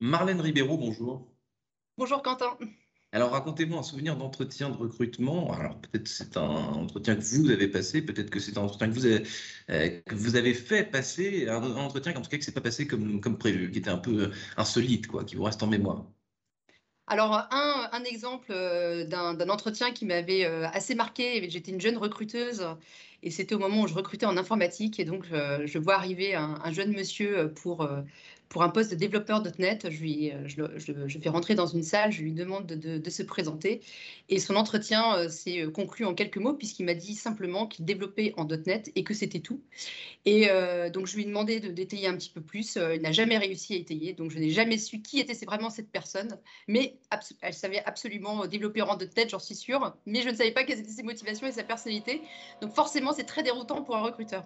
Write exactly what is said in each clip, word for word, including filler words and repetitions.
Marlène Ribeiro, bonjour. Bonjour Quentin. Alors racontez-moi un souvenir d'entretien de recrutement. Alors peut-être c'est un entretien que vous avez passé, peut-être que c'est un entretien que vous avez, euh, que vous avez fait passer, un, un entretien en tout cas que c'est pas passé comme, comme prévu, qui était un peu insolite, quoi, qui vous reste en mémoire. Alors, un, un exemple euh, d'un d'un entretien qui m'avait euh, assez marqué. J'étais une jeune recruteuse et c'était au moment où je recrutais en informatique. Et donc, euh, je vois arriver un, un jeune monsieur pour, euh, pour un poste de développeur point net. Je, lui, euh, je, le- je, le- je fais rentrer dans une salle, je lui demande de, de- de se présenter. Et son entretien euh, s'est euh, conclu en quelques mots puisqu'il m'a dit simplement qu'il développait en .net et que c'était tout. Et euh, donc, je lui ai demandé de d'étayer un petit peu plus. Euh, il n'a jamais réussi à étayer. Donc, je n'ai jamais su qui était vraiment cette personne. Mais abso- elle savait absolument développer en .NET, j'en suis sûre. Mais je ne savais pas quelles étaient ses motivations et sa personnalité. Donc, forcément, c'est très déroutant pour un recruteur.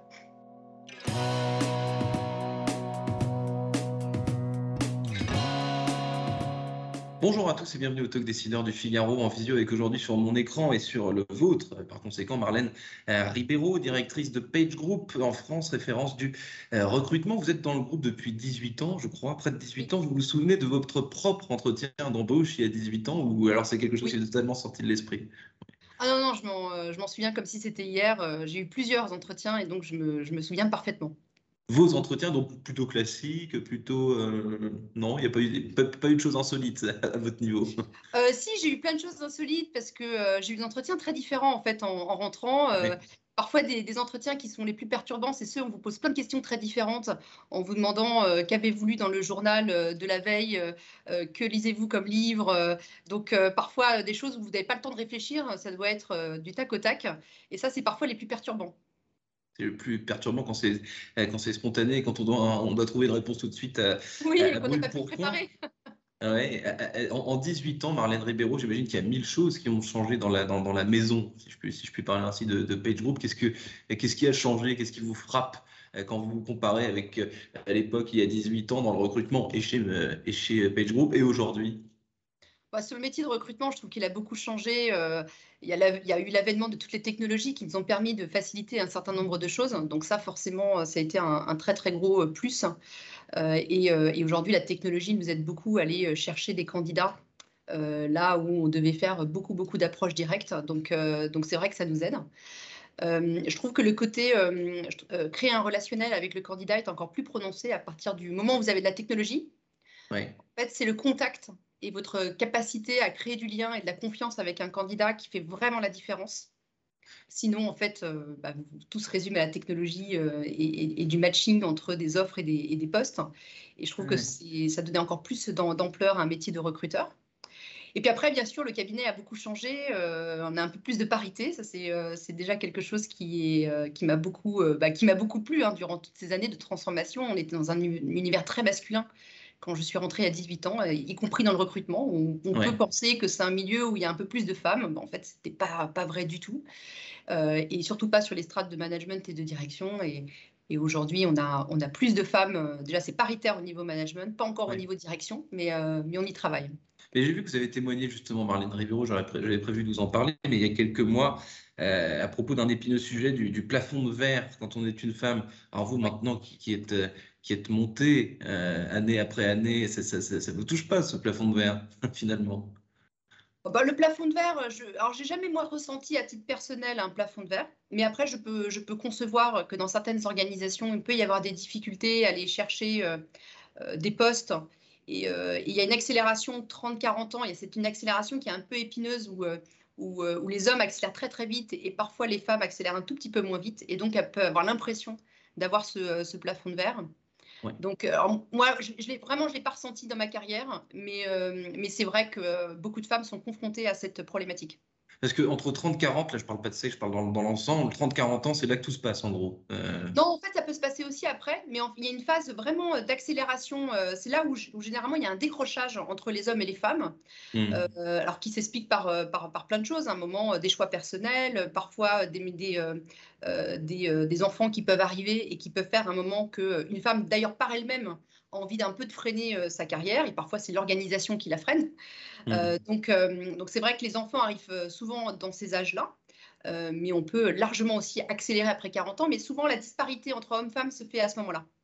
Bonjour à tous et bienvenue au Talk Décideur du Figaro en visio avec aujourd'hui sur mon écran et sur le vôtre, euh, par conséquent Marlène euh, Ribeiro, directrice de Page Group en France, référence du euh, recrutement. Vous êtes dans le groupe depuis dix-huit ans, je crois, près de dix-huit Oui, ans. Vous vous souvenez de votre propre entretien d'embauche il y a dix-huit ans ou alors c'est quelque chose qui est oui. totalement sorti de l'esprit? Ah non, non, je m'en euh, je m'en souviens comme si c'était hier. Euh, j'ai eu plusieurs entretiens et donc je me, je me souviens parfaitement. Vos entretiens, donc plutôt classiques, plutôt... euh, non, il n'y a pas eu, pas, pas eu de choses insolites à votre niveau. Euh, si, j'ai eu plein de choses insolites parce que euh, j'ai eu des entretiens très différents en fait en, en rentrant. Euh, Ouais. parfois des, des entretiens qui sont les plus perturbants, c'est ceux où on vous pose plein de questions très différentes en vous demandant euh, qu'avez-vous lu dans le journal euh, de la veille, euh, euh, que lisez-vous comme livre. euh. donc euh, parfois euh, des choses où vous n'avez pas le temps de réfléchir, ça doit être euh, du tac au tac. Et ça, c'est parfois les plus perturbants. C'est le plus perturbant quand c'est euh, quand c'est spontané, quand on doit, on doit trouver une réponse tout de suite à, Oui, à, et à qu'on n'a brûle pas pu pour point. préparer. Ah ouais, à- à- en, en dix-huit ans, Marlène Ribeiro, j'imagine qu'il y a mille choses qui ont changé dans la, dans, dans la maison, si je puis, si je puis parler ainsi de, de Page Group. Qu'est-ce que, qu'est-ce qui a changé? Qu'est-ce qui vous frappe euh, quand vous vous comparez avec euh, à l'époque, il y a dix-huit ans, dans le recrutement et chez, euh, et chez Page Group et aujourd'hui? Bah, sur le métier de recrutement, je trouve qu'il a beaucoup changé. Euh, il y a la- il y a eu l'avènement de toutes les technologies qui nous ont permis de faciliter un certain nombre de choses. Donc ça, forcément, euh, ça a été un, un très très gros euh, plus. Euh, et euh, et aujourd'hui, la technologie nous aide beaucoup à aller euh, chercher des candidats euh, là où on devait faire beaucoup beaucoup d'approches directes. Donc euh, donc c'est vrai que ça nous aide. Euh, je trouve que le côté euh, je- euh, créer un relationnel avec le candidat est encore plus prononcé à partir du moment où vous avez de la technologie. Ouais. En fait, c'est le contact et votre capacité à créer du lien et de la confiance avec un candidat qui fait vraiment la différence. Sinon, en fait, euh, bah, tout se résume à la technologie euh, et, et- et du matching entre des offres et des, et des postes. Et je trouve que Ouais. c'est- ça donnait encore plus d'am- d'ampleur à un métier de recruteur. Et puis après, bien sûr, le cabinet a beaucoup changé. Euh, on a un peu plus de parité. Ça, c'est euh, c'est déjà quelque chose qui est, euh, qui m'a beaucoup, euh, bah, qui m'a beaucoup plu hein, durant toutes ces années de transformation. On était dans un uni- univers très masculin quand je suis rentrée à dix-huit ans, euh, y compris dans le recrutement. On, on peut Ouais. penser que c'est un milieu où il y a un peu plus de femmes. Bah, en fait, c'était pas, pas vrai du tout. Euh, et surtout pas sur les strates de management et de direction. Et, et aujourd'hui, on a, on a plus de femmes. Euh, déjà, c'est paritaire au niveau management, pas encore au Ouais. niveau direction, mais, euh, mais on y travaille. Mais j'ai vu que vous avez témoigné justement, Marlène Ribeiro, j'aurais pré- j'avais prévu de vous en parler, mais il y a quelques mois, euh, à propos d'un épineux sujet du, du plafond de verre quand on est une femme. Alors vous, Ouais. maintenant, qui, qui êtes, euh, qui êtes montée euh, année après année, ça, ça, ça, ça vous touche pas, ce plafond de verre, finalement? Oh, bah, le plafond de verre, je, alors j'ai jamais moi ressenti à titre personnel un plafond de verre, mais après je peux, je peux concevoir que dans certaines organisations, il peut y avoir des difficultés à aller chercher euh, euh, des postes. Et euh, il y a une accélération de trente quarante ans, et c'est une accélération qui est un peu épineuse où, euh, où, euh, où les hommes accélèrent très très vite et, et parfois les femmes accélèrent un tout petit peu moins vite, et donc elles peuvent avoir l'impression d'avoir ce, ce plafond de verre. Ouais. Donc, euh, alors, moi, je, je l'ai, vraiment, je ne l'ai pas ressenti dans ma carrière, mais, euh, mais c'est vrai que euh, beaucoup de femmes sont confrontées à cette problématique. Parce que entre trente quarante, là je parle pas de sexe, je parle dans, dans l'ensemble, trente quarante ans, c'est là que tout se passe en gros. Euh, Non, en fait, ça peut se passer aussi après, mais en- il y a une phase vraiment euh, d'accélération. Euh, c'est là où, g- où généralement il y a un décrochage entre les hommes et les femmes, euh, hmm. alors qui s'explique par, euh, par, par plein de choses. À un moment, euh, des choix personnels, euh, parfois des, des, euh, euh, des, euh, des enfants qui peuvent arriver et qui peuvent faire un moment qu'une femme, d'ailleurs par elle-même, a envie d'un peu de freiner euh, sa carrière, et parfois c'est l'organisation qui la freine. Euh, Hmm. donc, euh, donc c'est vrai que les enfants arrivent euh, souvent dans ces âges-là, euh, mais on peut largement aussi accélérer après quarante ans. Mais souvent, la disparité entre hommes et femmes se fait à ce moment-là.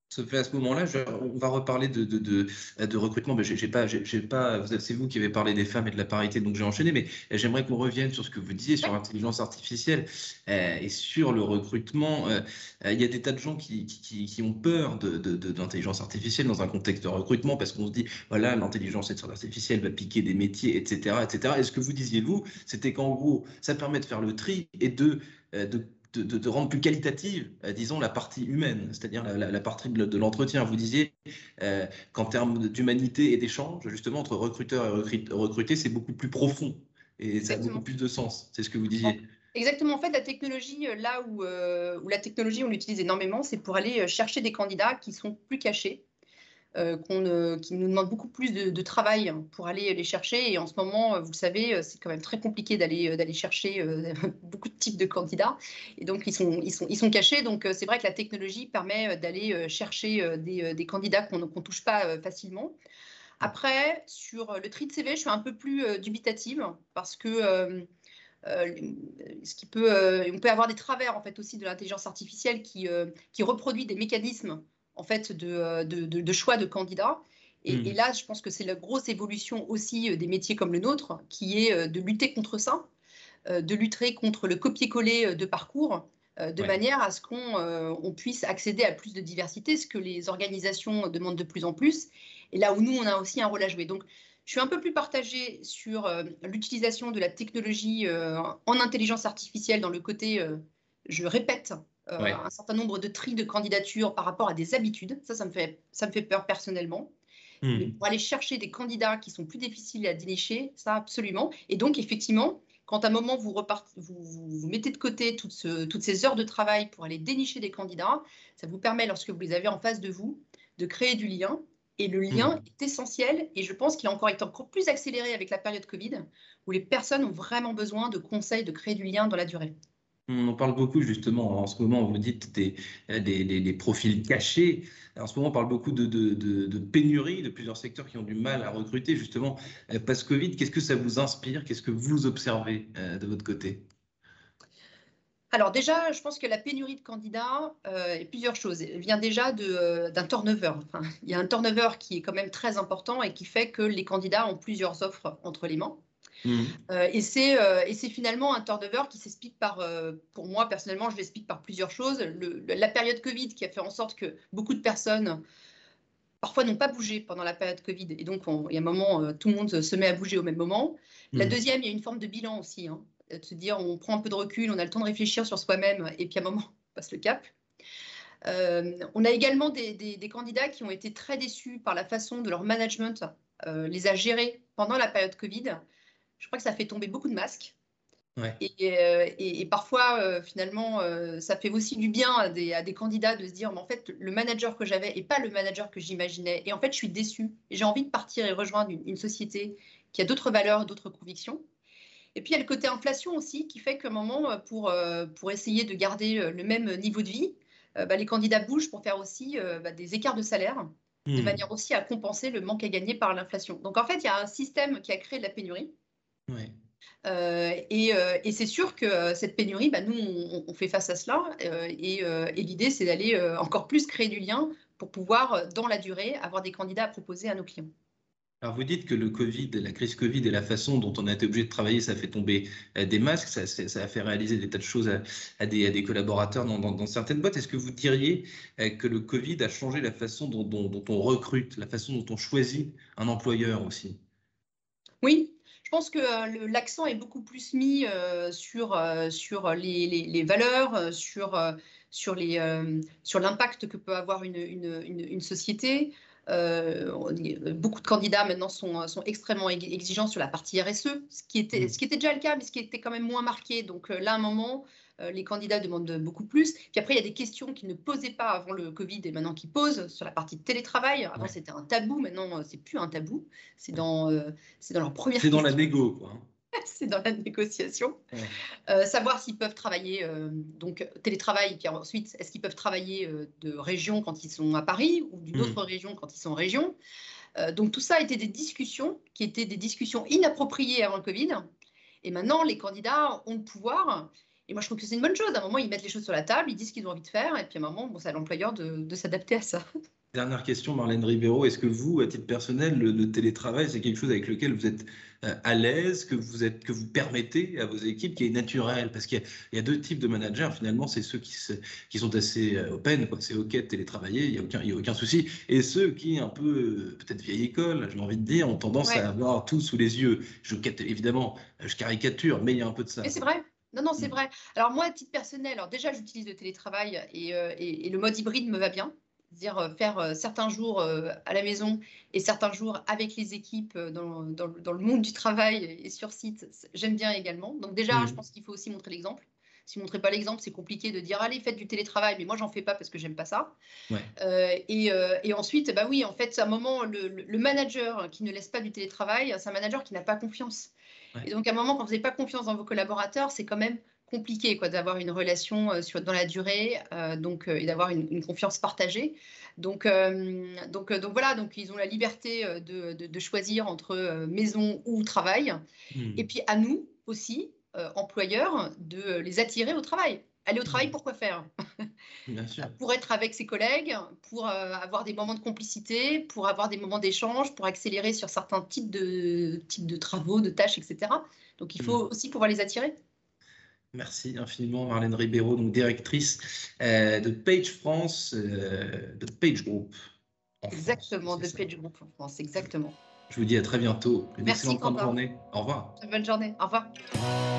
Se fait à ce moment-là, je- on va reparler de, de, de, de recrutement. Mais j'ai j'ai pas, j'ai j'ai pas, c'est vous qui avez parlé des femmes et de la parité, donc j'ai enchaîné. Mais j'aimerais qu'on revienne sur ce que vous disiez sur Ouais, l'intelligence artificielle euh, et sur le recrutement. Euh, euh, il y a des tas de gens qui, qui, qui ont peur de, de, de, de l'intelligence artificielle dans un contexte de recrutement parce qu'on se dit, voilà, l'intelligence artificielle va piquer des métiers, et cetera, et cetera. Et ce que vous disiez, vous, c'était qu'en gros, ça permet de faire le tri et de, euh, de de, de, de, rendre plus qualitative, euh, disons, la partie humaine, c'est-à-dire la, la, la, partie de, de l'entretien. Vous disiez euh, qu'en termes d'humanité et d'échange, justement, entre recruteur et recruté, c'est beaucoup plus profond et ça a beaucoup exactement. plus de sens. C'est ce que vous disiez. Exactement. En fait, la technologie, là où, euh, où la technologie, on l'utilise énormément, c'est pour aller chercher des candidats qui sont plus cachés. Euh, qu'on, euh, qui nous demandent beaucoup plus de, de travail pour aller les chercher. Et en ce moment, vous le savez, c'est quand même très compliqué d'aller, d'aller chercher euh, beaucoup de types de candidats. Et donc, ils sont, ils sont, ils sont cachés. Donc, c'est vrai que la technologie permet d'aller chercher des, des candidats qu'on ne touche pas facilement. Après, sur le tri de C V, je suis un peu plus euh, dubitative parce que euh, euh, ce qui peut, euh, on peut avoir des travers en fait aussi de l'intelligence artificielle qui, euh, qui reproduit des mécanismes en fait de, de, de, de choix de candidats. Et, Mmh. et, là, je pense que c'est la grosse évolution aussi des métiers comme le nôtre, qui est de lutter contre ça, euh, de lutter contre le copier-coller de parcours, euh, de Ouais. manière à ce qu'on euh, on puisse accéder à plus de diversité, ce que les organisations demandent de plus en plus, et là où nous, on a aussi un rôle à jouer. Donc, je suis un peu plus partagée sur euh, l'utilisation de la technologie euh, en intelligence artificielle dans le côté, euh, je répète, euh, Ouais. un certain nombre de tris de candidatures par rapport à des habitudes. Ça, ça me fait, ça me fait peur personnellement. Mais Mmh. pour aller chercher des candidats qui sont plus difficiles à dénicher, ça absolument. Et donc, effectivement, quand à un moment vous, repartez, vous, vous, vous mettez de côté toutes, ce, toutes ces heures de travail pour aller dénicher des candidats, ça vous permet, lorsque vous les avez en face de vous, de créer du lien. Et le lien Mmh. est essentiel. Et je pense qu'il a encore été encore plus accéléré avec la période Covid, où les personnes ont vraiment besoin de conseils, de créer du lien dans la durée. On en parle beaucoup justement en ce moment, vous dites des, des, des- des profils cachés. En ce moment, on parle beaucoup de, de, de, de pénurie, de plusieurs secteurs qui ont du mal à recruter justement euh, post-Covid. Qu'est-ce que ça vous inspire? Qu'est-ce que vous observez euh, de votre côté? Alors déjà, je pense que la pénurie de candidats, euh, et plusieurs choses, elle vient déjà de, euh, d'un turnover. Enfin, il y a un turnover qui est quand même très important et qui fait que les candidats ont plusieurs offres entre les mains. Mmh. Euh, et c'est euh, et c'est finalement un turnover qui s'explique par, euh, pour moi personnellement, je l'explique par plusieurs choses. Le, le- la période Covid qui a fait en sorte que beaucoup de personnes parfois n'ont pas bougé pendant la période Covid. Et donc, on- il y a un moment, euh, tout le monde se met à bouger au même moment. La Mmh. deuxième, il y a une forme de bilan aussi, hein, de se dire, on prend un peu de recul, on a le temps de réfléchir sur soi-même, et puis à un moment, on passe le cap. Euh, on a également des, des- des candidats qui ont été très déçus par la façon de leur management euh, les a gérés pendant la période Covid. Je crois que ça fait tomber beaucoup de masques. Ouais. Et, euh, et- et parfois, euh, finalement, euh, ça fait aussi du bien à des, à des candidats de se dire, mais en fait, le manager que j'avais n'est pas le manager que j'imaginais. Et en fait, je suis déçue. Et j'ai envie de partir et rejoindre une, une société qui a d'autres valeurs, d'autres convictions. Et puis, il y a le côté inflation aussi, qui fait qu'à un moment, euh, pour, euh, pour essayer de garder euh, le même niveau de vie, euh, bah, les candidats bougent pour faire aussi euh, bah, des écarts de salaire, de Mmh. manière aussi à compenser le manque à gagner par l'inflation. Donc, en fait, il y a un système qui a créé de la pénurie. Ouais. Euh, et, euh, et c'est sûr que euh, cette pénurie, bah, nous, on, on fait face à cela. Euh, et, euh, et l'idée, c'est d'aller euh, encore plus créer du lien pour pouvoir, euh, dans la durée, avoir des candidats à proposer à nos clients. Alors vous dites que le Covid, la crise Covid et la façon dont on a été obligé de travailler, ça fait tomber euh, des masques, ça, ça- ça a fait réaliser des tas de choses à, à des, à des collaborateurs dans, dans- dans certaines boîtes. Est-ce que vous diriez euh, que le Covid a changé la façon dont, dont- dont on recrute, la façon dont on choisit un employeur aussi? Oui, je pense que euh, le- l'accent est beaucoup plus mis euh, sur, euh, sur les, les- les valeurs, euh, sur, euh, sur les, euh, sur l'impact que peut avoir une, une- une- une société. Euh, on y- beaucoup de candidats maintenant sont, sont extrêmement ex- exigeants sur la partie R S E, ce qui était, ce Mm. qui était déjà le cas, mais ce qui était quand même moins marqué. Donc euh, là, à un moment, euh, les candidats demandent beaucoup plus. Puis après, il y a des questions qu'ils ne posaient pas avant le Covid et maintenant qu'ils posent sur la partie de télétravail. Avant, Ouais, c'était un tabou, maintenant, euh, c'est plus un tabou. C'est ouais. dans, euh, c'est dans leur première C'est dans la question, négo, quoi, hein. c'est dans la négociation. Ouais. Euh, savoir s'ils peuvent travailler, euh, donc télétravail, puis ensuite, est-ce qu'ils peuvent travailler euh, de région quand ils sont à Paris ou d'une autre Mm. région quand ils sont en région. Euh, donc tout ça a été des discussions qui étaient des discussions inappropriées avant le Covid. Et maintenant, les candidats ont le pouvoir. Et moi, je trouve que c'est une bonne chose. À un moment, ils mettent les choses sur la table, ils disent ce qu'ils ont envie de faire, et puis à un moment, bon, c'est à l'employeur de, de s'adapter à ça. Dernière question, Marlène Ribeiro. Est-ce que vous, à titre personnel, le, le télétravail, c'est quelque chose avec lequel vous êtes euh, à l'aise, que vous êtes, que vous permettez à vos équipes, qui est naturel? Parce qu'il y, il y a deux types de managers, finalement. C'est ceux qui, se, qui sont assez euh, open, quoi. C'est OK de télétravailler, il n'y a aucun, il y a aucun souci. Et ceux qui, un peu, euh, peut-être vieille école, j'ai envie de dire, ont tendance Ouais. à avoir tout sous les yeux. Je, évidemment, je caricature, mais il y a un peu de ça. Mais c'est vrai. Non, non, c'est Hmm. vrai. Alors moi, à titre personnel, alors déjà, j'utilise le télétravail et, euh, et, et le mode hybride me va bien. C'est-à-dire euh, faire euh, certains jours euh, à la maison et certains jours avec les équipes euh, dans, dans, dans le monde du travail et sur site, j'aime bien également. Donc déjà, je Hmm. pense qu'il faut aussi montrer l'exemple. Si vous ne montrez pas l'exemple, c'est compliqué de dire allez, faites du télétravail, mais moi, j'en fais pas parce que j'aime pas ça. Ouais. Euh, et, euh, et ensuite, bah oui, en fait, à un moment, le, le manager qui ne laisse pas du télétravail, c'est un manager qui n'a pas confiance. Ouais. Et donc, à un moment, quand vous n'avez pas confiance dans vos collaborateurs, c'est quand même compliqué quoi, d'avoir une relation euh, sur, dans la durée euh, donc, euh, et d'avoir une, une confiance partagée. Donc, euh, donc, euh, donc voilà, donc ils ont la liberté euh, de, de, de choisir entre euh, maison ou travail. Et Hmm. puis à nous aussi, euh, employeurs, de les attirer au travail. Aller au travail, Hmm. pourquoi faire? Bien sûr. Pour être avec ses collègues, pour euh, avoir des moments de complicité, pour avoir des moments d'échange, pour accélérer sur certains types de, types de travaux, de tâches, et cetera. Donc, il Hmm. faut aussi pouvoir les attirer. Merci infiniment, Marlène Ribeiro, donc directrice euh, de Page France, euh, de Page Group en France. Exactement, C'est de ça. Page Group en France, Je, exactement. je vous dis à très bientôt. Une Merci excellente fin de Quentin. journée. Au revoir. Bonne journée. Au revoir.